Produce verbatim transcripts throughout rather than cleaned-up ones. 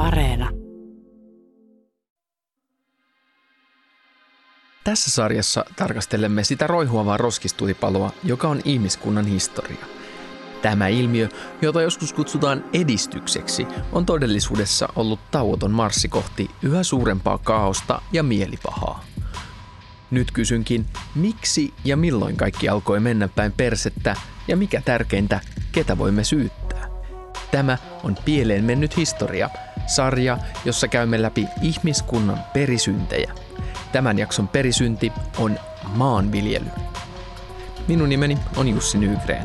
Areena. Tässä sarjassa tarkastelemme sitä roihuavaa roskistulipaloa, joka on ihmiskunnan historia. Tämä ilmiö, jota joskus kutsutaan edistykseksi, on todellisuudessa ollut tauoton marssi kohti yhä suurempaa kaaosta ja mielipahaa. Nyt kysynkin, miksi ja milloin kaikki alkoi mennä päin persettä ja mikä tärkeintä, ketä voimme syyttää? Tämä on Pieleen mennyt historia, sarja, jossa käymme läpi ihmiskunnan perisyntejä. Tämän jakson perisynti on maanviljely. Minun nimeni on Jussi Nygren.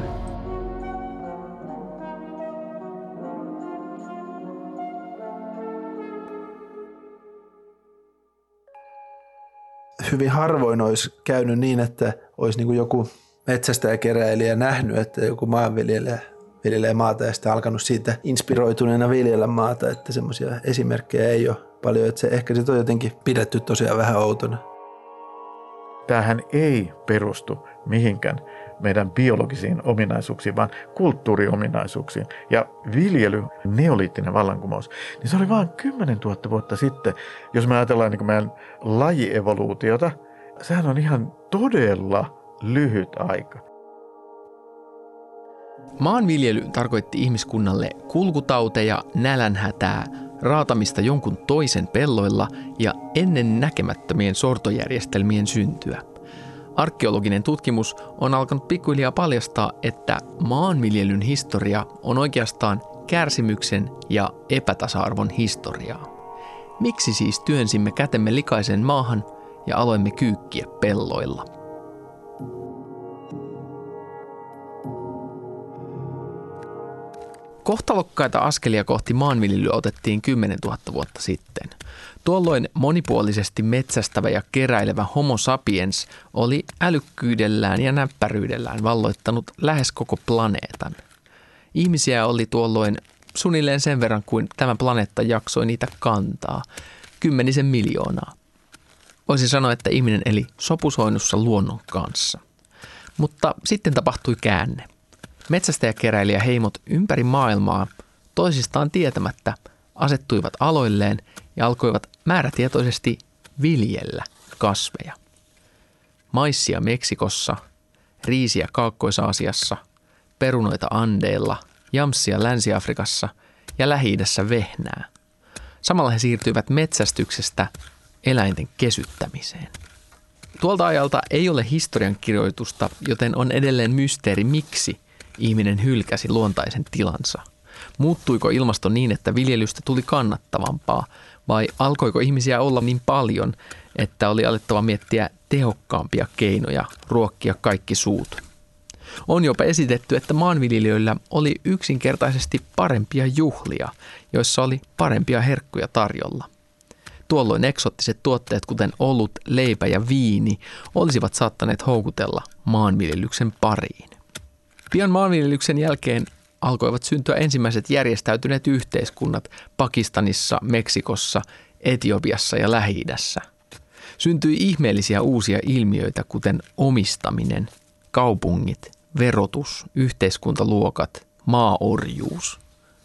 Hyvin harvoin olisi käynyt niin, että olisi niin kuin joku metsästäjäkeräilijä nähnyt, että joku maanviljelijä viljelee maata ja sitten alkanut siitä inspiroituneena viljellä maata, että semmoisia esimerkkejä ei ole paljon, että se, ehkä se on jotenkin pidetty tosiaan vähän outona. Tämähän ei perustu mihinkään meidän biologisiin ominaisuuksiin, vaan kulttuuriominaisuuksiin. Ja viljely, neoliittinen vallankumous, niin se oli vain kymmenen tuhatta vuotta sitten. Jos me ajatellaan niin kuin meidän lajievoluutiota, sehän on ihan todella lyhyt aika. Maanviljely tarkoitti ihmiskunnalle kulkutauteja, nälänhätää, raatamista jonkun toisen pelloilla ja ennen näkemättömien sortojärjestelmien syntyä. Arkeologinen tutkimus on alkanut pikkuhiljaa paljastaa, että maanviljelyn historia on oikeastaan kärsimyksen ja epätasa-arvon historiaa. Miksi siis työnsimme kätemme likaiseen maahan ja aloimme kyykkiä pelloilla? Kohtalokkaita askelia kohti maanviljelyä otettiin kymmenen tuhatta vuotta sitten. Tuolloin monipuolisesti metsästävä ja keräilevä Homo sapiens oli älykkyydellään ja näppäryydellään valloittanut lähes koko planeetan. Ihmisiä oli tuolloin suunnilleen sen verran kuin tämä planeetta jaksoi niitä kantaa, kymmenisen miljoonaa. Voisin sanoa, että ihminen eli sopusoinnussa luonnon kanssa. Mutta sitten tapahtui käänne. Metsästäjäkeräilijäheimot ympäri maailmaa toisistaan tietämättä asettuivat aloilleen ja alkoivat määrätietoisesti viljellä kasveja. Maissia Meksikossa, riisiä Kaakkois-Aasiassa, perunoita Andeilla, jamssia Länsi-Afrikassa ja Lähi-idässä vehnää. Samalla he siirtyivät metsästyksestä eläinten kesyttämiseen. Tuolta ajalta ei ole historiankirjoitusta, joten on edelleen mysteeri, miksi ihminen hylkäsi luontaisen tilansa. Muuttuiko ilmasto niin, että viljelystä tuli kannattavampaa, vai alkoiko ihmisiä olla niin paljon, että oli alettava miettiä tehokkaampia keinoja ruokkia kaikki suut? On jopa esitetty, että maanviljelijöillä oli yksinkertaisesti parempia juhlia, joissa oli parempia herkkuja tarjolla. Tuolloin eksoottiset tuotteet, kuten olut, leipä ja viini, olisivat saattaneet houkutella maanviljelyksen pariin. Pian maanviljelyksen jälkeen alkoivat syntyä ensimmäiset järjestäytyneet yhteiskunnat Pakistanissa, Meksikossa, Etiopiassa ja Lähi-idässä. Syntyi ihmeellisiä uusia ilmiöitä, kuten omistaminen, kaupungit, verotus, yhteiskuntaluokat, maaorjuus.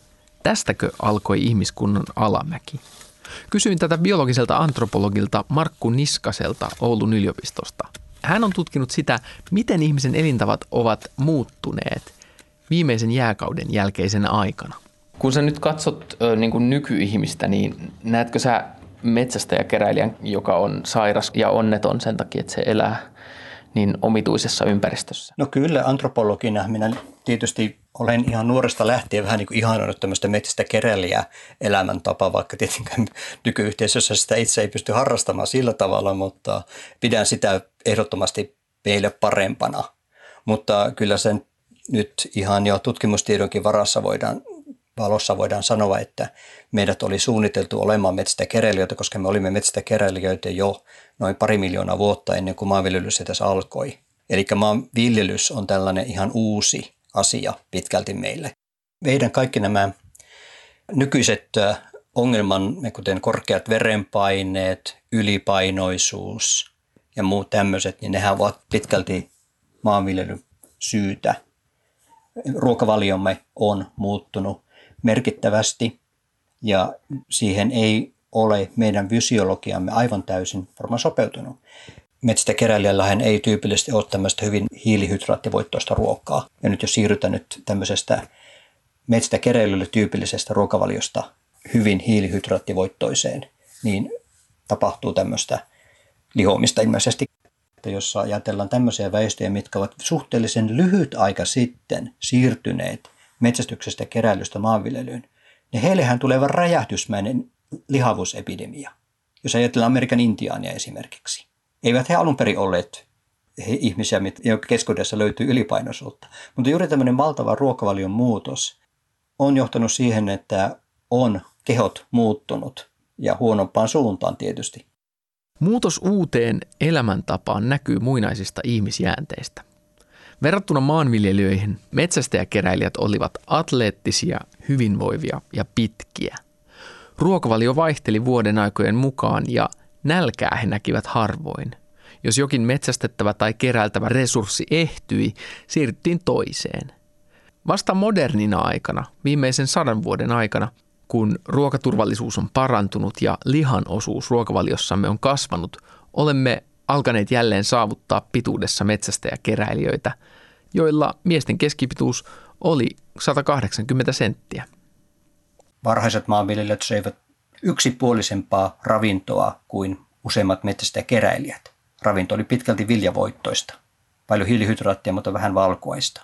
Tästäkö alkoi ihmiskunnan alamäki? Kysyin tätä biologiselta antropologilta Markku Niskaselta Oulun yliopistosta. Hän on tutkinut sitä, miten ihmisen elintavat ovat muuttuneet viimeisen jääkauden jälkeisenä aikana. Kun sä nyt katsot ö, niin kuin nykyihmistä, niin näetkö sä metsästäjäkeräilijän, joka on sairas ja onneton sen takia, että se elää niin omituisessa ympäristössä? No kyllä, antropologina minä tietysti olen ihan nuoresta lähtien vähän niin kuin ihannoinut tämmöistä metsästäjäkeräilijää elämäntapaa, vaikka tietenkään nykyyhteisössä sitä itse ei pysty harrastamaan sillä tavalla, mutta pidän sitä ehdottomasti meille parempana. Mutta kyllä sen nyt ihan jo tutkimustiedonkin varassa voidaan, valossa voidaan sanoa, että meidät oli suunniteltu olemaan metsästäjäkeräilijöitä, koska me olimme metsästäjäkeräilijöitä jo noin pari miljoonaa vuotta ennen kuin maanviljelys edes alkoi. Eli maanviljelys on tällainen ihan uusi asia pitkälti meille. Meidän kaikki nämä nykyiset ongelmamme, kuten korkeat verenpaineet, ylipainoisuus ja muut tämmöiset, niin nehän ovat pitkälti maanviljelyn syytä. Ruokavaliomme on muuttunut merkittävästi ja siihen ei ole meidän fysiologiamme aivan täysin varmaan sopeutunut. Metsästäjäkeräilijällähän ei tyypillisesti ole tämmöistä hyvin hiilihydraattivoittoista ruokaa. Ja nyt jos siirrytään nyt tämmöisestä metsästäjäkeräilylle tyypillisestä ruokavaliosta hyvin hiilihydraattivoittoiseen, niin tapahtuu tämmöistä lihoamista ilmeisesti. Jos ajatellaan tämmöisiä väestöjä, mitkä ovat suhteellisen lyhyt aika sitten siirtyneet metsästyksestä ja keräilystä maanviljelyyn, niin heillehän tulee aivan räjähdysmäinen lihavuusepidemia. Jos ajatellaan Amerikan intiaania esimerkiksi. Eivät he alun perin olleet he ihmisiä, joiden keskuudessa löytyy ylipainoisuutta. Mutta juuri tämmöinen valtava ruokavalion muutos on johtanut siihen, että on kehot muuttunut ja huonompaan suuntaan tietysti. Muutos uuteen elämäntapaan näkyy muinaisista ihmisjäänteistä. Verrattuna maanviljelijöihin metsästäjäkeräilijät olivat atleettisia, hyvinvoivia ja pitkiä. Ruokavalio vaihteli vuoden aikojen mukaan ja nälkää he näkivät harvoin. Jos jokin metsästettävä tai keräiltävä resurssi ehtyi, siirryttiin toiseen. Vasta modernina aikana, viimeisen sadan vuoden aikana, kun ruokaturvallisuus on parantunut ja lihan osuus ruokavaliossamme on kasvanut, olemme alkaneet jälleen saavuttaa pituudessa metsästäjäkeräilijöitä, joilla miesten keskipituus oli sata kahdeksankymmentä senttiä. Varhaiset maanviljelijät söivät yksipuolisempaa ravintoa kuin useimmat metsästäjäkeräilijät. Ravinto oli pitkälti viljavoittoista, paljon hiilihydraattia, mutta vähän valkuaista.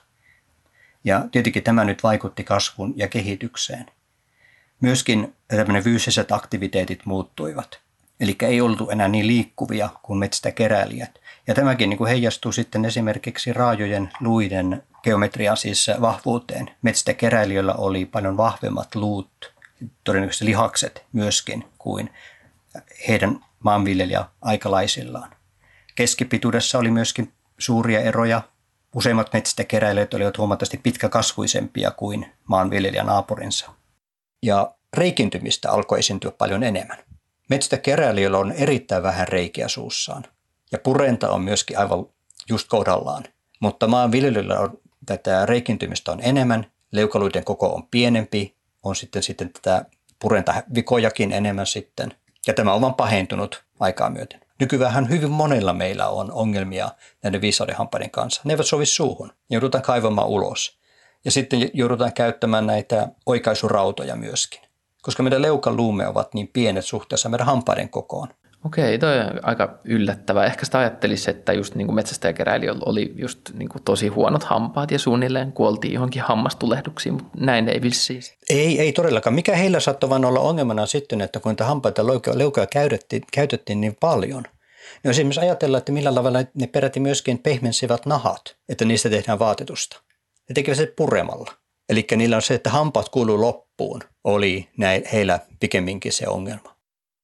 Ja tietenkin tämä nyt vaikutti kasvuun ja kehitykseen. Myöskin tämmöinen fyysiset aktiviteetit muuttuivat. Eli ei oltu enää niin liikkuvia kuin metsästäjäkeräilijät. Ja tämäkin niin kuin heijastuu sitten esimerkiksi raajojen luiden geometriaan, siis vahvuuteen. Metsästäjäkeräilijöillä oli paljon vahvemmat luut, todennäköisesti lihakset myöskin, kuin heidän maanviljelijä-aikalaisillaan. Keskipituudessa oli myöskin suuria eroja. Useimmat metsästäjäkeräilijät olivat huomattavasti pitkäkasvuisempia kuin maanviljelijänaapurinsa. Ja reikintymistä alkoi esiintyä paljon enemmän. Metsästäjäkeräilijöillä on erittäin vähän reikiä suussaan. Ja purenta on myöskin aivan just kohdallaan. Mutta maanviljelijöillä on tätä reikintymistä on enemmän. Leukaluiden koko on pienempi. On sitten, sitten tätä purentavikojakin enemmän sitten. Ja tämä on vaan pahentunut aikaa myöten. Nykyään hyvin monella meillä on ongelmia näiden viisaudenhampaiden kanssa. Ne eivät sovi suuhun. Joudutaan kaivamaan ulos. Ja sitten joudutaan käyttämään näitä oikaisurautoja myöskin. Koska meidän leukaluumme ovat niin pienet suhteessa meidän hampaiden kokoon. Okei, toi on aika yllättävää. Ehkä sitä ajattelisi, että just niin kuin metsästäjäkeräilijöillä oli just niin kuin tosi huonot hampaat ja suunnilleen kuoltiin johonkin hammastulehduksiin, mutta näin ei vissiin. Ei, ei todellakaan. Mikä heillä saattoi vaan olla ongelmana sitten, että kun niitä hampaita ja leukaa käytettiin, käytettiin niin paljon, niin esimerkiksi ajatella, että millä tavalla ne peräti myöskin pehmensivät nahat, että niistä tehdään vaatetusta. Ne tekevät se puremalla. Eli niillä on se, että hampaat kuuluu loppuun, oli näin, heillä pikemminkin se ongelma.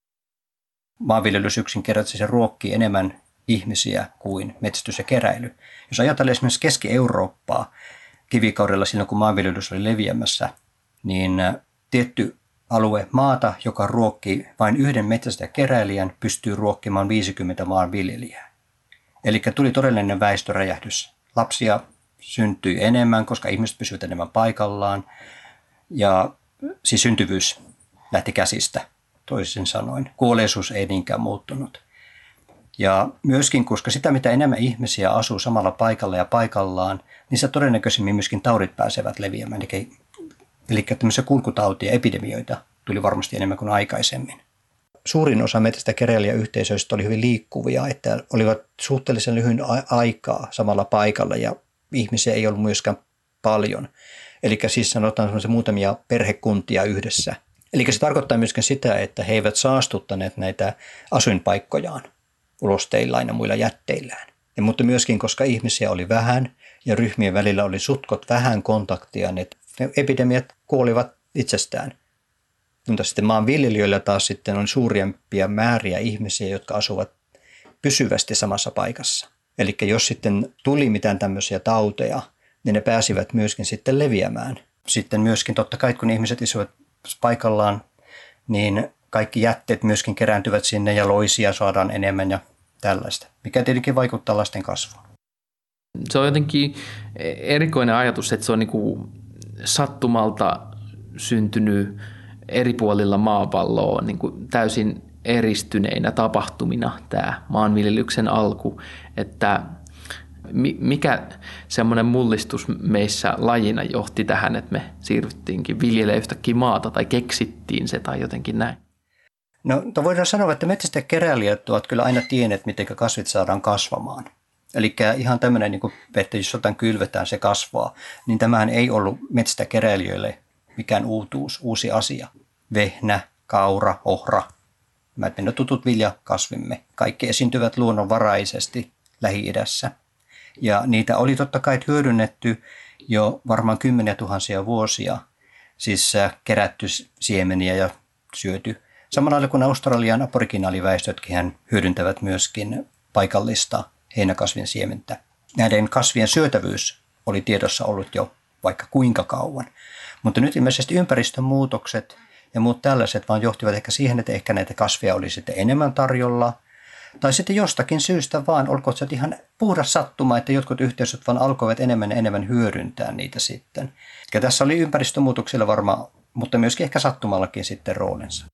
Maanviljelys yksinkertaisesti se ruokkii enemmän ihmisiä kuin metsästys ja keräily. Jos ajatellaan esimerkiksi Keski-Eurooppaa kivikaudella silloin, kun maanviljelys oli leviämässä, niin tietty alue maata, joka ruokkii vain yhden metsästäjäkeräilijän, pystyy ruokkimaan viisikymmentä maanviljelijää. Eli tuli todellinen väestöräjähdys. Lapsia syntyi enemmän, koska ihmiset pysyvät enemmän paikallaan ja siis syntyvyys lähti käsistä. Toisin sanoen, kuolleisuus ei niinkään muuttunut. Ja myöskin, koska sitä mitä enemmän ihmisiä asuu samalla paikalla ja paikallaan, niin se todennäköisemmin myöskin taudit pääsevät leviämään. Eli, eli tämmöisiä kulkutautia, epidemioita tuli varmasti enemmän kuin aikaisemmin. Suurin osa metsästäjäkeräilijäyhteisöistä oli hyvin liikkuvia, että olivat suhteellisen lyhyen aikaa samalla paikalla ja ihmisiä ei ollut myöskään paljon. Eli siis sanotaan semmoisia muutamia perhekuntia yhdessä. Eli se tarkoittaa myöskin sitä, että he eivät saastuttaneet näitä asuinpaikkojaan ulosteillaan ja muilla jätteillään. Ja, mutta myöskin, koska ihmisiä oli vähän ja ryhmien välillä oli sutkot vähän kontaktia, niin ne epidemiat kuolivat itsestään. Mutta sitten maanviljelijöillä taas sitten on suurempia määriä ihmisiä, jotka asuvat pysyvästi samassa paikassa. Eli jos sitten tuli mitään tämmöisiä tauteja, niin ne pääsivät myöskin sitten leviämään. Sitten myöskin totta kai, kun ihmiset asuvat paikallaan, niin kaikki jätteet myöskin kerääntyvät sinne ja loisia saadaan enemmän ja tällaista, mikä tietenkin vaikuttaa lasten kasvuun. Se on jotenkin erikoinen ajatus, että se on niin kuin sattumalta syntynyt eri puolilla maapalloa niin kuin täysin eristyneinä tapahtumina tämä maanviljelyksen alku, että mikä semmoinen mullistus meissä lajina johti tähän, että me siirryttiinkin viljelemään yhtäkkiä maata tai keksittiin se tai jotenkin näin? No voidaan sanoa, että metsästäjäkeräilijät ovat kyllä aina tienneet, miten kasvit saadaan kasvamaan. Eli ihan tämmöinen, niin kuin, että jos jotain kylvetään, se kasvaa, niin tämähän ei ollut metsästäjäkeräilijöille mikään uutuus, uusi asia. Vehnä, kaura, ohra, meidän tutut viljakasvimme, kaikki esiintyvät luonnonvaraisesti Lähi-idässä. Ja niitä oli totta kai hyödynnetty jo varmaan kymmeniä tuhansia vuosia, siis kerätty siemeniä ja syöty. Samalla lailla kuin Australian aboriginaaliväestötkin hyödyntävät myöskin paikallista heinäkasvin siementä. Näiden kasvien syötävyys oli tiedossa ollut jo vaikka kuinka kauan. Mutta nyt ilmeisesti ympäristön muutokset ja muut tällaiset vaan johtivat ehkä siihen, että ehkä näitä kasveja oli sitten enemmän tarjolla. Tai sitten jostakin syystä vaan, olkoon se ihan puhdas sattuma, että jotkut yhteisöt vaan alkoivat enemmän ja enemmän hyödyntää niitä sitten. Ja tässä oli ympäristömuutoksilla varmaan, mutta myöskin ehkä sattumallakin sitten roolinsa.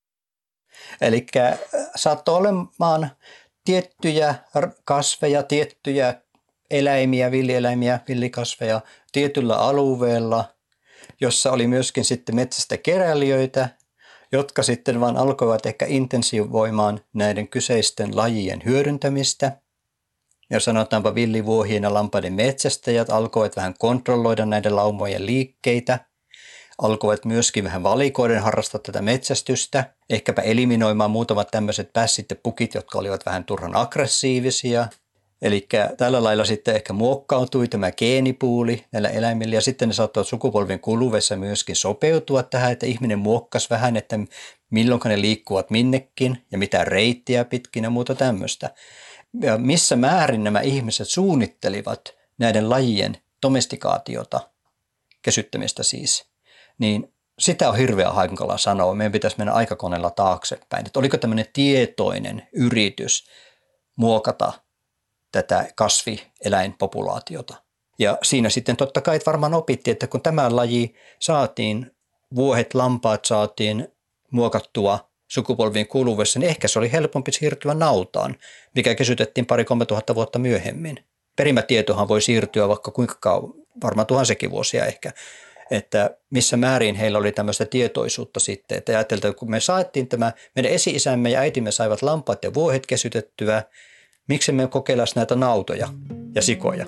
Eli saattoi olemaan tiettyjä kasveja, tiettyjä eläimiä, villieläimiä, villikasveja tietyllä alueella, jossa oli myöskin sitten metsästäjäkeräilijöitä, jotka sitten vaan alkoivat ehkä intensivoimaan näiden kyseisten lajien hyödyntämistä. Ja sanotaanpa villivuohien ja lampaiden metsästäjät alkoivat vähän kontrolloida näiden laumojen liikkeitä, alkoivat myöskin vähän valikoiden harrastaa tätä metsästystä, ehkäpä eliminoimaan muutamat tämmöiset pässit ja pukit, jotka olivat vähän turhan aggressiivisia. Eli tällä lailla sitten ehkä muokkautui tämä geenipuuli näillä eläimillä ja sitten ne saattavat sukupolven kuluessa myöskin sopeutua tähän, että ihminen muokkasi vähän, että milloin ne liikkuvat minnekin ja mitä reittiä pitkin ja muuta tämmöistä. Ja missä määrin nämä ihmiset suunnittelivat näiden lajien domestikaatiota, kesyttämistä siis, niin sitä on hirveän hankala sanoa. Meidän pitäisi mennä aikakoneella taaksepäin. Että oliko tämmöinen tietoinen yritys muokata tätä kasvieläinpopulaatiota. Ja siinä sitten totta kai varmaan opittiin, että kun tämä laji saatiin, vuohet, lampaat saatiin muokattua sukupolvien kuluessa, niin ehkä se oli helpompi siirtyä nautaan, mikä kesytettiin pari-kolme tuhatta vuotta myöhemmin. Perimätietohan voi siirtyä vaikka kuinka kauan, varmaan tuhansekin vuosia ehkä, että missä määrin heillä oli tämmöistä tietoisuutta sitten. Että ajateltiin, että kun me saatiin tämä, meidän esi-isämme ja äitimme saivat lampaat ja vuohet kesytettyä, miksi me kokeillaan näitä nautoja ja sikoja?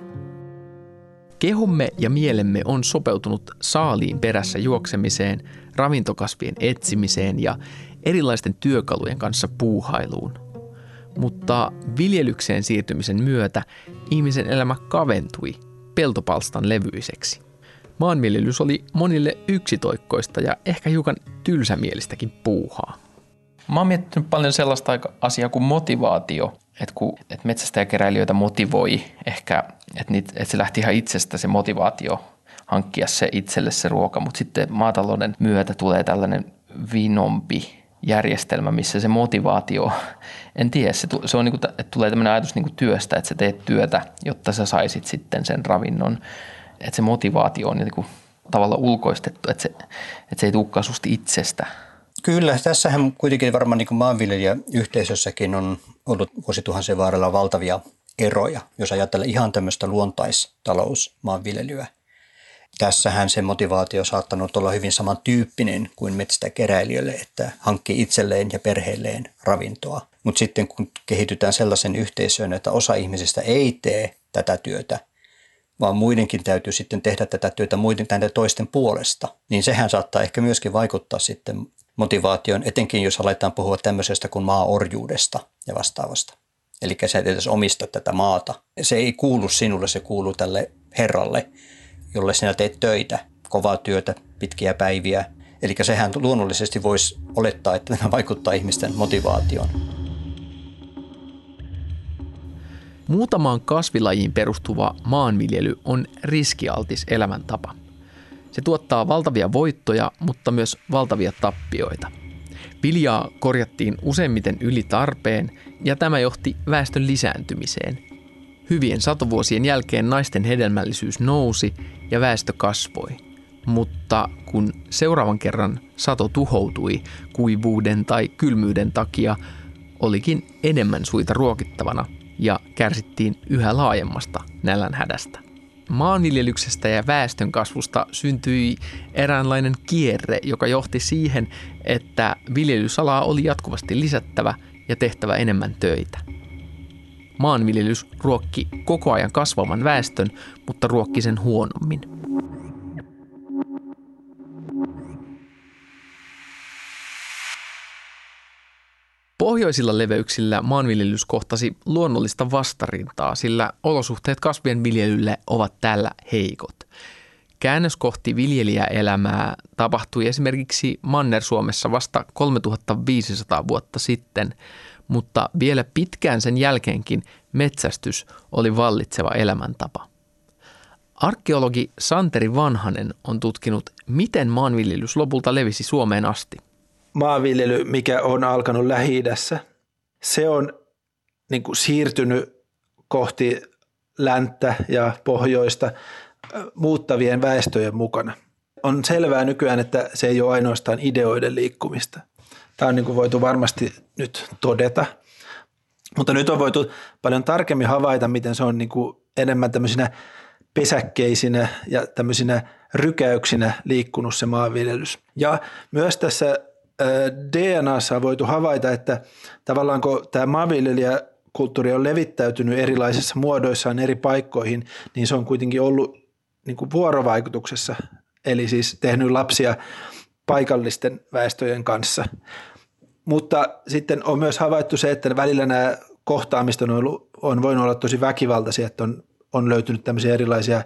Kehomme ja mielemme on sopeutunut saaliin perässä juoksemiseen, ravintokasvien etsimiseen ja erilaisten työkalujen kanssa puuhailuun. Mutta viljelykseen siirtymisen myötä ihmisen elämä kaventui peltopalstan levyiseksi. Maanviljelys oli monille yksitoikkoista ja ehkä hiukan tylsämielistäkin puuhaa. Mä oon miettinyt paljon sellaista asiaa kuin motivaatio, että kun että metsästäjäkeräilijöitä motivoi ehkä, että, niitä, että se lähti ihan itsestä se motivaatio hankkia se itselle se ruoka, mutta sitten maatalouden myötä tulee tällainen vinompi järjestelmä, missä se motivaatio, en tiedä, se, se on niin kuin, että tulee tämmöinen ajatus niin kuin työstä, että sä teet työtä, jotta sä saisit sitten sen ravinnon, että se motivaatio on niin kuin tavallaan ulkoistettu, että se, että se ei tulekaan susta itsestä. Kyllä, tässähän kuitenkin varmaan niin kuin maanviljelijäyhteisössäkin on ollut vuosituhansien varrella valtavia eroja, jos ajatellaan ihan tämmöistä luontaistalousmaanviljelyä. Tässähän se motivaatio on saattanut olla hyvin samantyyppinen kuin metsästäjäkeräilijöille, että hankkii itselleen ja perheelleen ravintoa. Mutta sitten kun kehitytään sellaisen yhteisöön, että osa ihmisistä ei tee tätä työtä, vaan muidenkin täytyy sitten tehdä tätä työtä muiden näiden toisten puolesta, niin sehän saattaa ehkä myöskin vaikuttaa sitten motivaation, etenkin jos aletaan puhua tämmöisestä kuin maaorjuudesta ja vastaavasta. Eli sä et edes omista tätä maata. Se ei kuulu sinulle, se kuuluu tälle herralle, jolle sinä teet töitä, kovaa työtä, pitkiä päiviä. Eli sehän luonnollisesti voisi olettaa, että tämä vaikuttaa ihmisten motivaatioon. Muutamaan kasvilajiin perustuva maanviljely on riskialtis elämäntapa. Se tuottaa valtavia voittoja, mutta myös valtavia tappioita. Viljaa korjattiin useimmiten yli tarpeen ja tämä johti väestön lisääntymiseen. Hyvien satovuosien jälkeen naisten hedelmällisyys nousi ja väestö kasvoi. mutta kun seuraavan kerran sato tuhoutui kuivuuden tai kylmyyden takia, olikin enemmän suita ruokittavana ja kärsittiin yhä laajemmasta nälänhädästä. Maanviljelyksestä ja väestön kasvusta syntyi eräänlainen kierre, joka johti siihen, että viljelysalaa oli jatkuvasti lisättävä ja tehtävä enemmän töitä. Maanviljelys ruokki koko ajan kasvavan väestön, mutta ruokki sen huonommin. Pohjoisilla leveyksillä maanviljelys kohtasi luonnollista vastarintaa, sillä olosuhteet kasvien viljelylle ovat täällä heikot. Käännös kohti viljelijäelämää tapahtui esimerkiksi Manner-Suomessa vasta kolmetuhattaviisisataa vuotta sitten, mutta vielä pitkään sen jälkeenkin metsästys oli vallitseva elämäntapa. Arkeologi Santeri Vanhanen on tutkinut, miten maanviljelys lopulta levisi Suomeen asti. Maanviljely, mikä on alkanut Lähi-idässä, se on niin kuin siirtynyt kohti länttä ja pohjoista muuttavien väestöjen mukana. On selvää nykyään, että se ei ole ainoastaan ideoiden liikkumista. Tämä on niin kuin voitu varmasti nyt todeta, mutta nyt on voitu paljon tarkemmin havaita, miten se on niin kuin enemmän tämmöisinä pesäkkeisinä ja tämmöisinä rykäyksinä liikkunut se maanviljelys. Ja myös tässä D N A:ssa on voitu havaita, että tavallaan kun tämä maanviljelijäkulttuuri on levittäytynyt erilaisissa muodoissaan eri paikkoihin, niin se on kuitenkin ollut niin kuin vuorovaikutuksessa, eli siis tehnyt lapsia paikallisten väestöjen kanssa. Mutta sitten on myös havaittu se, että välillä nämä kohtaamiset on, ollut, on voinut olla tosi väkivaltaisia, että on, on löytynyt tämmöisiä erilaisia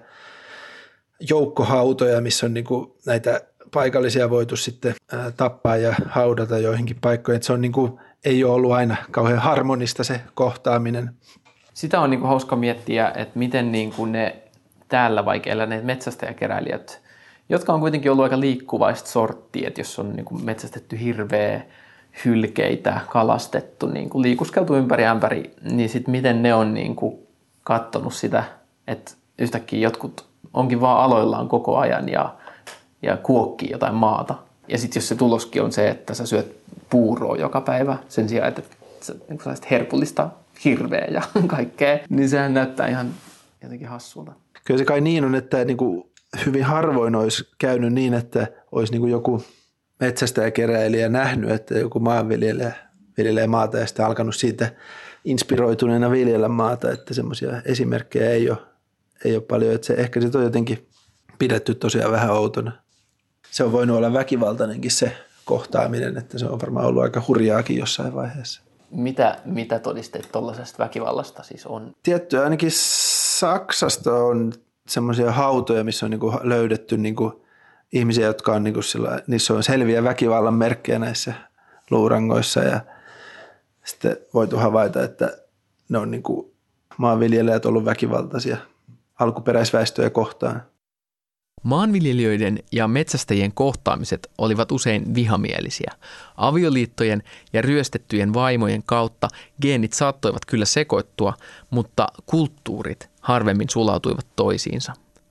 joukkohautoja, missä on niin kuin näitä paikallisia voitu sitten ää, tappaa ja haudata joihinkin paikkoihin. Että se on niin kuin, ei ole ollut aina kauhean harmonista se kohtaaminen. Sitä on niin kuin hauska miettiä, että miten niin kuin ne täällä vaikka eläneet metsästäjäkeräilijät, jotka on kuitenkin ollut aika liikkuvaista sorttia, että jos on niin kuin metsästetty hirveä, hylkeitä, kalastettu, niin kuin liikuskeltu ympäri ämpäri, niin sitten miten ne on niin kuin katsonut sitä, että yhtäkkiä jotkut onkin vaan aloillaan koko ajan ja ja kuokkii jotain maata. Ja sitten jos se tuloskin on se, että sä syöt puuroa joka päivä sen sijaan, että sä niin saisit herkullista hirveä ja kaikkea, niin sehän näyttää ihan jotenkin hassulta. Kyllä se kai niin on, että niin kuin hyvin harvoin olisi käynyt niin, että olisi niin kuin joku metsästäjäkeräilijä nähnyt, että joku maanviljelijä viljelee maata ja sitten alkanut siitä inspiroituneena viljellä maata, että semmoisia esimerkkejä ei ole, ei ole paljon. Että se, ehkä se on jotenkin pidetty tosiaan vähän outona. Se on voinut olla väkivaltainenkin se kohtaaminen, että se on varmaan ollut aika hurjaakin jossain vaiheessa. Mitä, mitä todisteet tuollaisesta väkivallasta siis on? Tietty ainakin Saksasta on semmoisia hautoja, missä on niinku löydetty niinku ihmisiä, jotka on niinku sillä, niissä on selviä väkivallan merkkejä näissä luurangoissa ja sitten voitu havaita, että ne on niinku maanviljelijät ollut väkivaltaisia alkuperäisväestöjä kohtaan. Maanviljelijöiden ja metsästäjien kohtaamiset olivat usein vihamielisiä. Avioliittojen ja ryöstettyjen vaimojen kautta geenit saattoivat kyllä sekoittua, mutta kulttuurit harvemmin sulautuivat toisiinsa.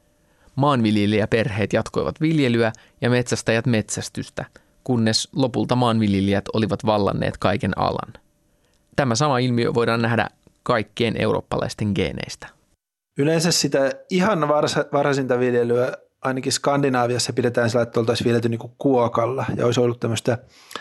Maanviljelijäperheet jatkoivat viljelyä ja metsästäjät metsästystä, kunnes lopulta maanviljelijät olivat vallanneet kaiken alan. Tämä sama ilmiö voidaan nähdä kaikkien eurooppalaisten geeneistä. Yleensä sitä ihan varhaisinta viljelyä ainakin Skandinaaviassa pidetään sillä, että oltaisiin viljelty niin kuin kuokalla ja olisi ollut tämmöistä,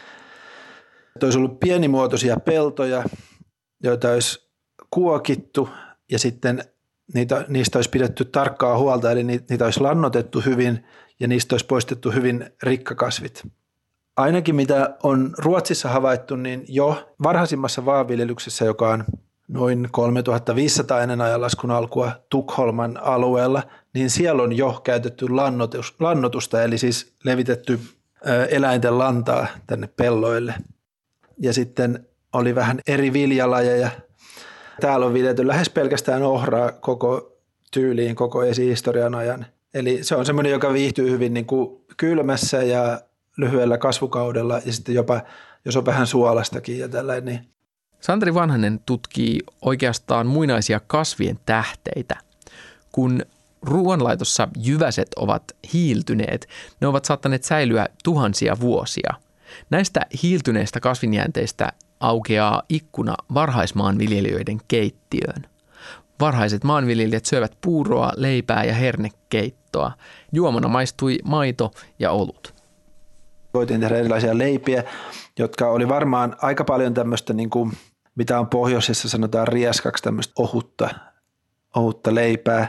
että olisi ollut pienimuotoisia peltoja, joita olisi kuokittu ja sitten niitä, niistä olisi pidetty tarkkaa huolta, eli niitä olisi lannotettu hyvin ja niistä olisi poistettu hyvin rikkakasvit. Ainakin mitä on Ruotsissa havaittu, niin jo varhaisimmassa maanviljelyksessä, joka on noin kolmetuhattaviisisataa ennen ajanlaskun alkua Tukholman alueella, niin siellä on jo käytetty lannotus, lannotusta, eli siis levitetty eläinten lantaa tänne pelloille. Ja sitten oli vähän eri viljalajeja. Täällä on viljelty lähes pelkästään ohraa koko tyyliin, koko esihistorian ajan. Eli se on semmoinen, joka viihtyy hyvin niin kuin kylmässä ja lyhyellä kasvukaudella ja sitten jopa, jos on vähän suolastakin ja tällainen, niin Santeri Vanhanen tutkii oikeastaan muinaisia kasvien tähteitä. Kun ruoanlaitossa jyväset ovat hiiltyneet, ne ovat saattaneet säilyä tuhansia vuosia. Näistä hiiltyneistä kasvinjäänteistä aukeaa ikkuna varhaismaanviljelijöiden keittiöön. Varhaiset maanviljelijät syövät puuroa, leipää ja hernekeittoa. Juomana maistui maito ja olut. Voitiin tehdä erilaisia leipiä, jotka oli varmaan aika paljon tämmöistä, niin kuin, mitä on pohjoisessa sanotaan rieskaksi, tämmöistä ohutta, ohutta leipää.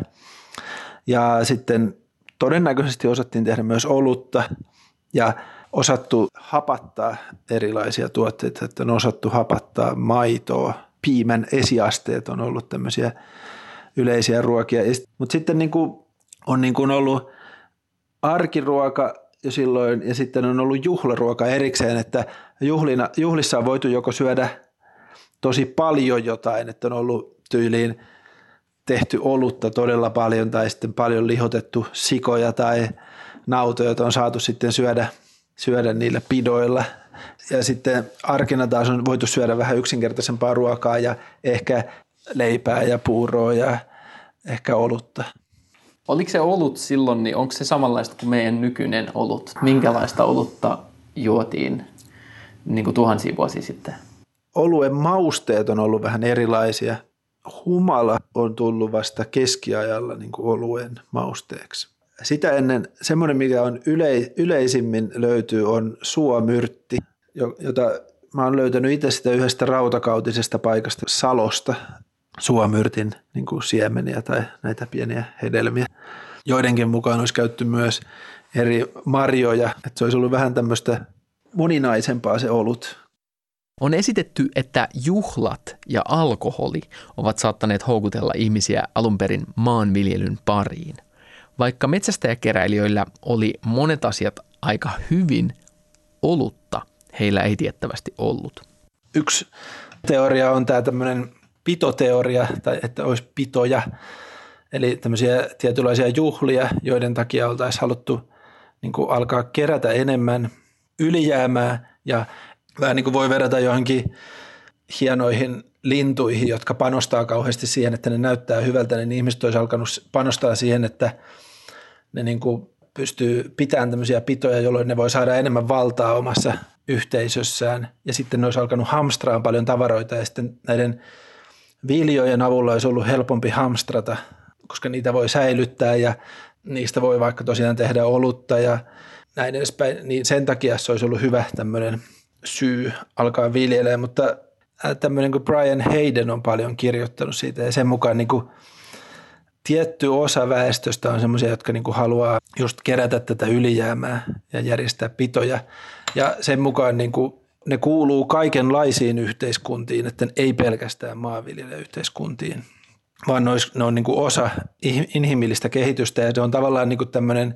Ja sitten todennäköisesti osattiin tehdä myös olutta ja osattu hapattaa erilaisia tuotteita, että on osattu hapattaa maitoa. Piimän esiasteet on ollut tämmöisiä yleisiä ruokia. Mutta sitten niin kuin, on niin kuin ollut arkiruoka jo silloin ja sitten on ollut juhlaruoka erikseen, että juhlina, juhlissa on voitu joko syödä tosi paljon jotain, että on ollut tyyliin tehty olutta todella paljon tai sitten paljon lihotettu sikoja tai nautoja, joita on saatu sitten syödä, syödä niillä pidoilla. Ja sitten arkina taas on voitu syödä vähän yksinkertaisempaa ruokaa ja ehkä leipää ja puuroa ja ehkä olutta. Oliko se olut silloin, niin onko se samanlaista kuin meidän nykyinen olut? Minkälaista olutta juotiin niin kuin tuhansia vuosia sitten? Oluen mausteet on ollut vähän erilaisia. Humala on tullut vasta keskiajalla niin kuin oluen mausteeksi. Sitä ennen semmoinen, mikä on yle, yleisimmin löytyy, on suomyrtti, jota mä oon löytänyt itse sitä yhdestä rautakautisesta paikasta Salosta, suomyrtin niin kuin siemeniä tai näitä pieniä hedelmiä. Joidenkin mukaan olisi käytetty myös eri marjoja, että se olisi ollut vähän tämmöistä moninaisempaa se olut. On esitetty, että juhlat ja alkoholi ovat saattaneet houkutella ihmisiä alun perin maanviljelyn pariin. Vaikka metsästäjäkeräilijöillä oli monet asiat aika hyvin, olutta heillä ei tiettävästi ollut. Yksi teoria on tämä tämmöinen pitoteoria, tai että olisi pitoja, eli tämmöisiä tietynlaisia juhlia, joiden takia oltaisiin haluttu niin kuin alkaa kerätä enemmän ylijäämää ja vähän niin kuin voi verrata johonkin hienoihin lintuihin, jotka panostaa kauheasti siihen, että ne näyttää hyvältä, niin ihmiset olisi alkanut panostaa siihen, että ne niin kuin pystyy pitämään tämmöisiä pitoja, jolloin ne voi saada enemmän valtaa omassa yhteisössään. Ja sitten ne olisi alkanut hamstraamaan paljon tavaroita ja sitten näiden viljojen avulla olisi ollut helpompi hamstrata, koska niitä voi säilyttää ja niistä voi vaikka tosiaan tehdä olutta ja näin edespäin. Niin sen takia se olisi ollut hyvä tämmöinen syy alkaa viljelemään, mutta tämmöinen kuin Brian Hayden on paljon kirjoittanut siitä ja sen mukaan niin kuin tietty osa väestöstä on semmoisia, jotka niin kuin haluaa just kerätä tätä ylijäämää ja järjestää pitoja ja sen mukaan niin kuin ne kuuluu kaikenlaisiin yhteiskuntiin, että ei pelkästään maanviljelijäyhteiskuntiin, vaan ne, olisi, ne on niin kuin osa inhimillistä kehitystä ja se on tavallaan niin kuin tämmöinen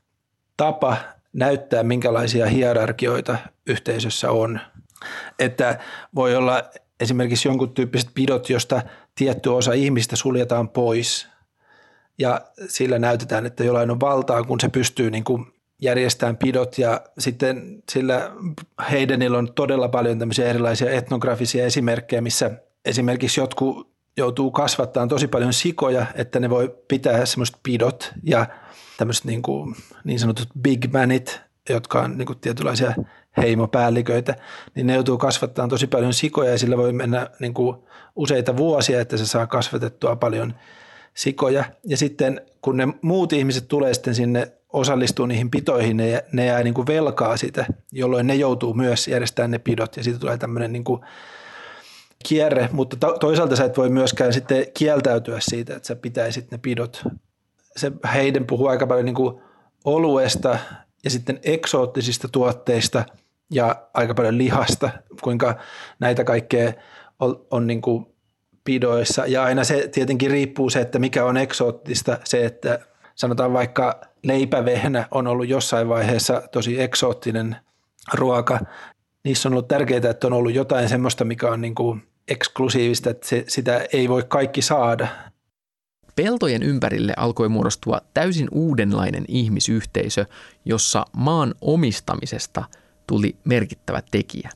tapa näyttää, minkälaisia hierarkioita yhteisössä on. Että voi olla esimerkiksi jonkun tyyppiset pidot, josta tietty osa ihmistä suljetaan pois ja sillä näytetään, että jollain on valtaa, kun se pystyy niin kuin järjestämään pidot ja sitten sillä Haydenilla on todella paljon tämmöisiä erilaisia etnografisia esimerkkejä, missä esimerkiksi jotkut joutuu kasvattamaan tosi paljon sikoja, että ne voi pitää semmoiset pidot ja tämmöiset niin, kuin, niin sanotut big manit, jotka on niin kuin tietynlaisia heimopäälliköitä, niin ne joutuu kasvattamaan tosi paljon sikoja ja sillä voi mennä niin kuin useita vuosia, että se saa kasvatettua paljon sikoja. Ja sitten kun ne muut ihmiset tulee sitten sinne osallistuu niihin pitoihin, ne, ne jää niin kuin velkaa sitä, jolloin ne joutuu myös järjestämään ne pidot ja siitä tulee tämmöinen niin kuin kierre, mutta to, toisaalta sä et voi myöskään sitten kieltäytyä siitä, että sä pitäisit ne pidot. Se Hayden puhuu aika paljon niin kuin oluesta ja sitten eksoottisista tuotteista ja aika paljon lihasta, kuinka näitä kaikkea on, on niin kuin pidoissa ja aina se tietenkin riippuu se, että mikä on eksoottista, se, että sanotaan vaikka leipävehnä on ollut jossain vaiheessa tosi eksoottinen ruoka. Niissä on ollut tärkeää, että on ollut jotain semmoista, mikä on niin kuin eksklusiivista, että se, sitä ei voi kaikki saada. Peltojen ympärille alkoi muodostua täysin uudenlainen ihmisyhteisö, jossa maan omistamisesta tuli merkittävä tekijä.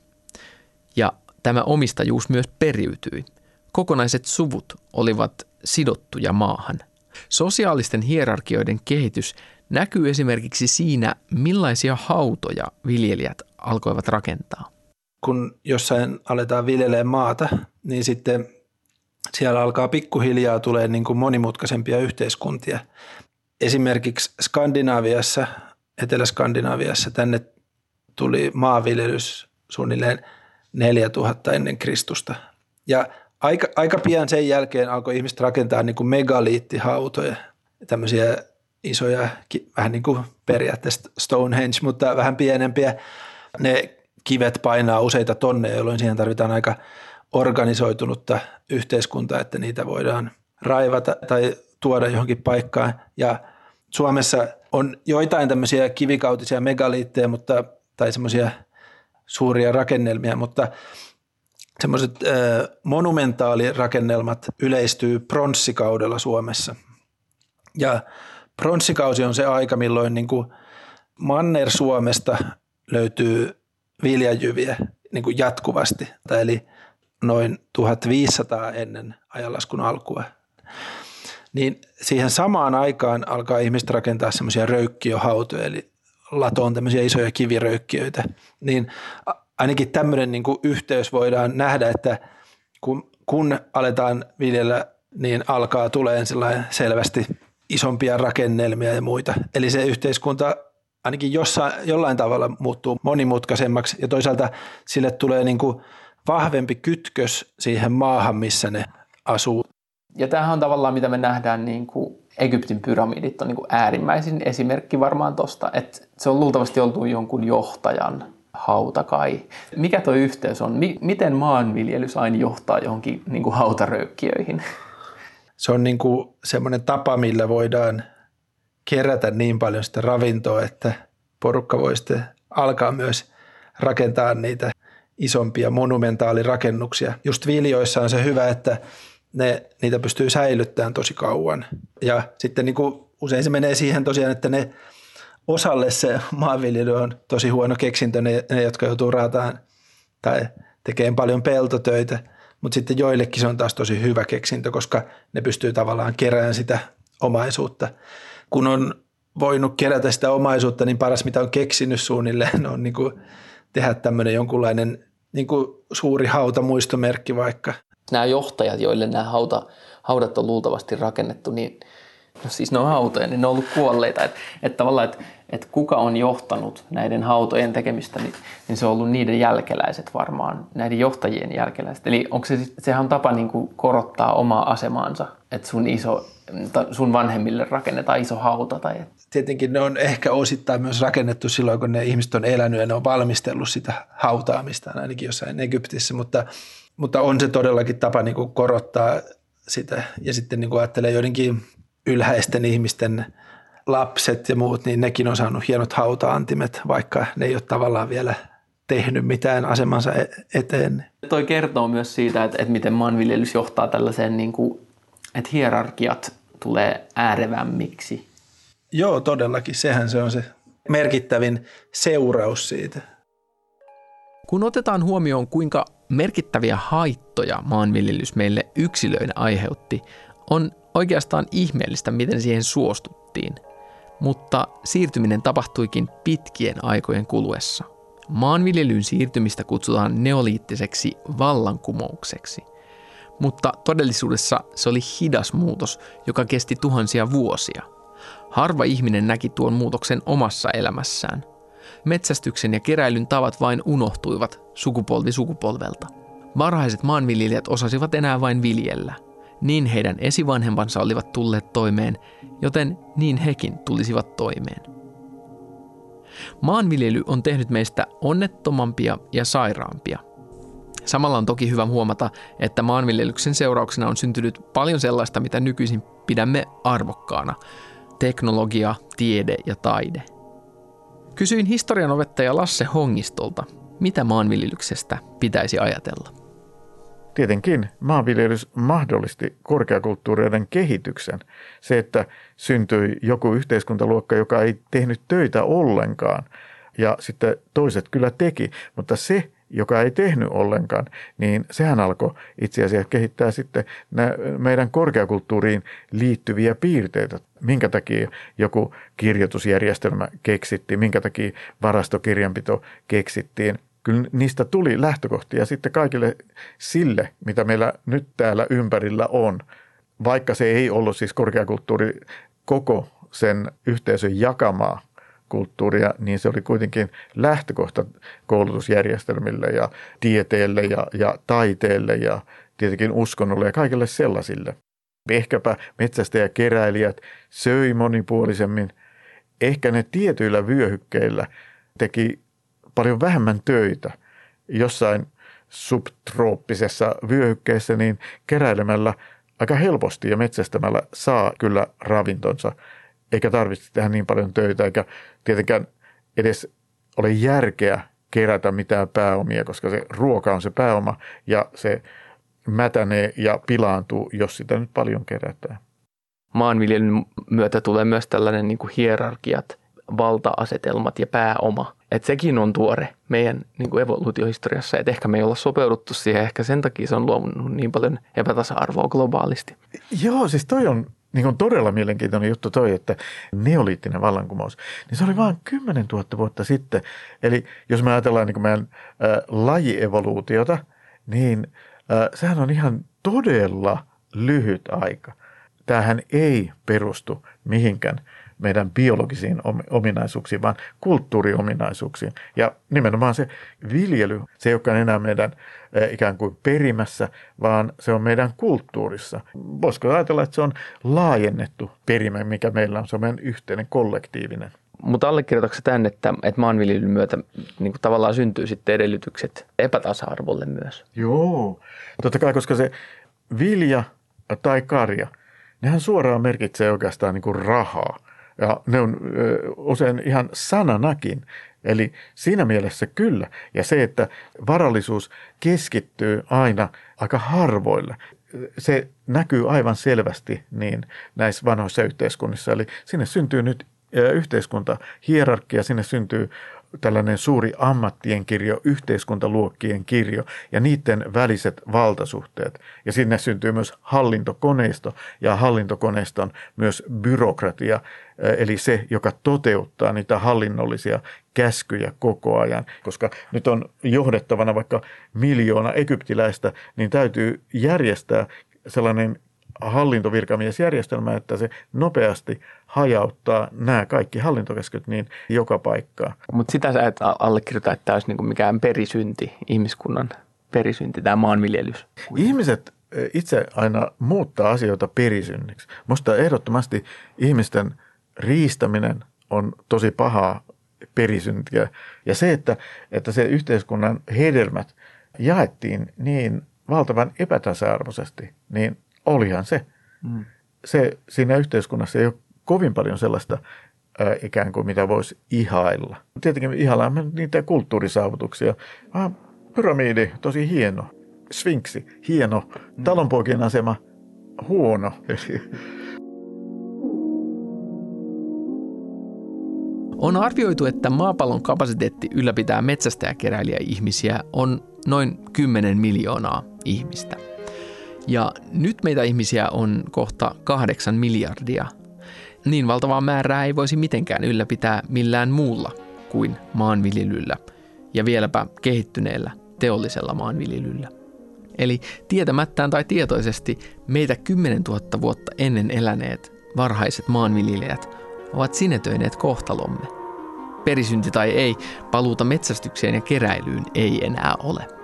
Ja tämä omistajuus myös periytyi. Kokonaiset suvut olivat sidottuja maahan. Sosiaalisten hierarkioiden kehitys näkyy esimerkiksi siinä, millaisia hautoja viljelijät alkoivat rakentaa. Kun jossain aletaan viljelemään maata, niin sitten siellä alkaa pikkuhiljaa tulee niin kuin monimutkaisempia yhteiskuntia. Esimerkiksi Skandinaaviassa, Etelä-Skandinaaviassa tänne tuli maanviljelys suunnilleen neljätuhatta ennen Kristusta. Ja aika, aika pian sen jälkeen alkoi ihmiset rakentaa niin kuin megaliittihautoja, tämmöisiä isoja, vähän niin kuin periaatteessa Stonehenge, mutta vähän pienempiä. Ne kivet painaa useita tonneja, jolloin siihen tarvitaan aika organisoitunutta yhteiskuntaa, että niitä voidaan raivata tai tuoda johonkin paikkaan. Ja Suomessa on joitain tämmöisiä kivikautisia megaliitteja, mutta, tai semmoisia suuria rakennelmia, mutta semmoiset äh, monumentaalirakennelmat yleistyy pronssikaudella Suomessa. Ja pronssikausi on se aika, milloin niin kuin Manner-Suomesta löytyy viljajyviä niin kuin jatkuvasti, eli noin tuhatviisisataa ennen ajanlaskun alkua. Niin siihen samaan aikaan alkaa ihmiset rakentaa semmoisia röykkiöhautoja, eli latoon tämmöisiä isoja kiviröykkiöitä. Niin ainakin tämmöinen niin kuin yhteys voidaan nähdä, että kun, kun aletaan viljellä, niin alkaa tulemaan sellainen selvästi isompia rakennelmia ja muita. Eli se yhteiskunta ainakin jossain, jollain tavalla muuttuu monimutkaisemmaksi ja toisaalta sille tulee niin kuin vahvempi kytkös siihen maahan, missä ne asuu. Ja tämähän on tavallaan, mitä me nähdään, niin kuin Egyptin pyramidit on niin kuin äärimmäisin esimerkki varmaan tuosta, että se on luultavasti oltu jonkun johtajan hauta kai. Mikä tuo yhteys on? Miten maanviljelys aina johtaa johonkin niin kuin hautaröykkiöihin? Se on niin kuin semmoinen tapa, millä voidaan kerätä niin paljon sitä ravintoa, että porukka voi sitten alkaa myös rakentaa niitä isompia monumentaalirakennuksia. Just viljoissa on se hyvä, että ne, niitä pystyy säilyttämään tosi kauan. Ja sitten niin kuin usein se menee siihen tosiaan, että ne osalle se maanviljely on tosi huono keksintö, ne, ne jotka joutuu raataan tai tekemään paljon peltotöitä, mutta sitten joillekin se on taas tosi hyvä keksintö, koska ne pystyy tavallaan keräämään sitä omaisuutta. Kun on voinut kerätä sitä omaisuutta, niin paras mitä on keksinyt suunnilleen on niin kuin tehdä tämmöinen jonkunlainen niin kuin suuri hautamuistomerkki vaikka. Nämä johtajat, joille nämä hauta, haudat on luultavasti rakennettu, niin no siis ne on hautoja, niin ne on ollut kuolleita. Että et tavallaan, että et kuka on johtanut näiden hautojen tekemistä, niin, niin se on ollut niiden jälkeläiset varmaan, näiden johtajien jälkeläiset. Eli onko se, sehän on tapa niin kuin korottaa omaa asemaansa, että sun, iso, sun vanhemmille rakennetaan iso hauta. Tai et. Tietenkin ne on ehkä osittain myös rakennettu silloin, kun ne ihmiset on elänyt ja ne on valmistellut sitä hautaamista, ainakin jossain Egyptissä, mutta, mutta on se todellakin tapa niin kuin korottaa sitä ja sitten niin kuin ajattelee joidenkin ylhäisten ihmisten lapset ja muut, niin nekin on saanut hienot hauta-antimet, vaikka ne ei ole tavallaan vielä tehnyt mitään asemansa eteen. Toi kertoo myös siitä, että, että miten maanviljelys johtaa tällaiseen, niin kuin, että hierarkiat tulee äärevämmiksi. Joo, todellakin. Sehän se on se merkittävin seuraus siitä. Kun otetaan huomioon, kuinka merkittäviä haittoja maanviljelys meille yksilöinä aiheutti, on oikeastaan ihmeellistä, miten siihen suostuttiin, mutta siirtyminen tapahtuikin pitkien aikojen kuluessa. Maanviljelyn siirtymistä kutsutaan neoliittiseksi vallankumoukseksi, mutta todellisuudessa se oli hidas muutos, joka kesti tuhansia vuosia. Harva ihminen näki tuon muutoksen omassa elämässään. Metsästyksen ja keräilyn tavat vain unohtuivat sukupolvi sukupolvelta. Varhaiset maanviljelijät osasivat enää vain viljellä. Niin heidän esivanhempansa olivat tulleet toimeen, joten niin hekin tulisivat toimeen. Maanviljely on tehnyt meistä onnettomampia ja sairaampia. Samalla on toki hyvä huomata, että maanviljelyksen seurauksena on syntynyt paljon sellaista, mitä nykyisin pidämme arvokkaana. Teknologia, tiede ja taide. Kysyin historianopettaja Lasse Hongistolta, mitä maanviljelyksestä pitäisi ajatella. Tietenkin maanviljelys mahdollisti korkeakulttuureiden kehityksen. Se, että syntyi joku yhteiskuntaluokka, joka ei tehnyt töitä ollenkaan ja sitten toiset kyllä teki, mutta se joka ei tehnyt ollenkaan, niin sehän alkoi itse asiassa kehittää sitten meidän korkeakulttuuriin liittyviä piirteitä. Minkä takia joku kirjoitusjärjestelmä keksittiin, minkä takia varastokirjanpito keksittiin. Kyllä niistä tuli lähtökohtia sitten kaikille sille, mitä meillä nyt täällä ympärillä on, vaikka se ei ollut siis korkeakulttuuri koko sen yhteisön jakamaa kulttuuria, niin se oli kuitenkin lähtökohta koulutusjärjestelmille ja tieteelle ja, ja taiteelle ja tietenkin uskonnolle ja kaikille sellaisille. Ehkäpä metsästäjäkeräilijät söi monipuolisemmin. Ehkä ne tietyillä vyöhykkeillä teki paljon vähemmän töitä. Jossain subtrooppisessa vyöhykkeessä niin keräilemällä aika helposti ja metsästämällä saa kyllä ravintonsa, eikä tarvitse tehdä niin paljon töitä, eikä tietenkään edes ole järkeä kerätä mitään pääomia, koska se ruoka on se pääoma ja se mätänee ja pilaantuu, jos sitä nyt paljon kerätään. Maanviljelyn myötä tulee myös tällainen niin kuin hierarkiat, valta-asetelmat ja pääoma. Että sekin on tuore meidän niin kuin evoluutiohistoriassa, että ehkä me ei olla sopeuduttu siihen, ehkä sen takia se on luonut niin paljon epätasa-arvoa globaalisti. Joo, siis toi on niin kuin todella mielenkiintoinen juttu toi, että neoliittinen vallankumous, niin se oli vain kymmenen tuhatta vuotta sitten. Eli jos me ajatellaan niin kuin meidän äh, lajievoluutiota, niin äh, sehän on ihan todella lyhyt aika. Tämähän ei perustu mihinkään meidän biologisiin ominaisuuksiin, vaan kulttuuriominaisuuksiin. Ja nimenomaan se viljely, se ei olekaan enää meidän ikään kuin perimässä, vaan se on meidän kulttuurissa. Voisiko ajatella, että se on laajennettu perimä, mikä meillä on, se on meidän yhteinen kollektiivinen. Mutta allekirjoitatko tämän, että, että maanviljelyn myötä niin kuin tavallaan syntyy sitten edellytykset epätasa-arvolle myös? Joo, totta kai, koska se vilja tai karja, nehän suoraan merkitsee oikeastaan niin kuin rahaa. Ja ne on ö, usein ihan sananakin, eli siinä mielessä kyllä. Ja se, että varallisuus keskittyy aina aika harvoille, se näkyy aivan selvästi niin näissä vanhoissa yhteiskunnissa. Eli sinne syntyy nyt yhteiskuntahierarkia, sinne syntyy tällainen suuri ammattien kirjo, yhteiskuntaluokkien kirjo ja niiden väliset valtasuhteet. Ja sinne syntyy myös hallintokoneisto ja hallintokoneiston myös byrokratia, eli se, joka toteuttaa niitä hallinnollisia käskyjä koko ajan. Koska nyt on johdettavana vaikka miljoona egyptiläistä, niin täytyy järjestää sellainen hallintovirkamiesjärjestelmä, että se nopeasti hajauttaa nämä kaikki hallintokäskyt niin joka paikkaan. Mutta sitä sä et allekirjoita, että tämä olisi niinku mikään perisynti, ihmiskunnan perisynti, tämä maanviljelys. Ihmiset itse aina muuttaa asioita perisynniksi. Musta ehdottomasti ihmisten riistäminen on tosi pahaa perisyntiä. Ja se, että, että se yhteiskunnan hedelmät jaettiin niin valtavan epätasa-arvoisesti, niin olihan se. Mm. Se siinä yhteiskunnassa ei ole kovin paljon sellaista ää, ikään kuin mitä voisi ihailla. Tietenkin ihaillaan niitä kulttuurisaavutuksia. Ah, pyramidi, tosi hieno. Sfinksi, hieno. Mm. Talonpoikien asema, huono. On arvioitu, että maapallon kapasiteetti ylläpitää metsästäjäkeräilijä-ihmisiä on noin kymmenen miljoonaa ihmistä. Ja nyt meitä ihmisiä on kohta kahdeksan miljardia. Niin valtavaa määrää ei voisi mitenkään ylläpitää millään muulla kuin maanviljelyllä ja vieläpä kehittyneellä teollisella maanviljelyllä. Eli tietämättään tai tietoisesti meitä kymmenen tuhatta vuotta ennen eläneet varhaiset maanviljelijät ovat sinetöineet kohtalomme. Perisynti tai ei, paluuta metsästykseen ja keräilyyn ei enää ole.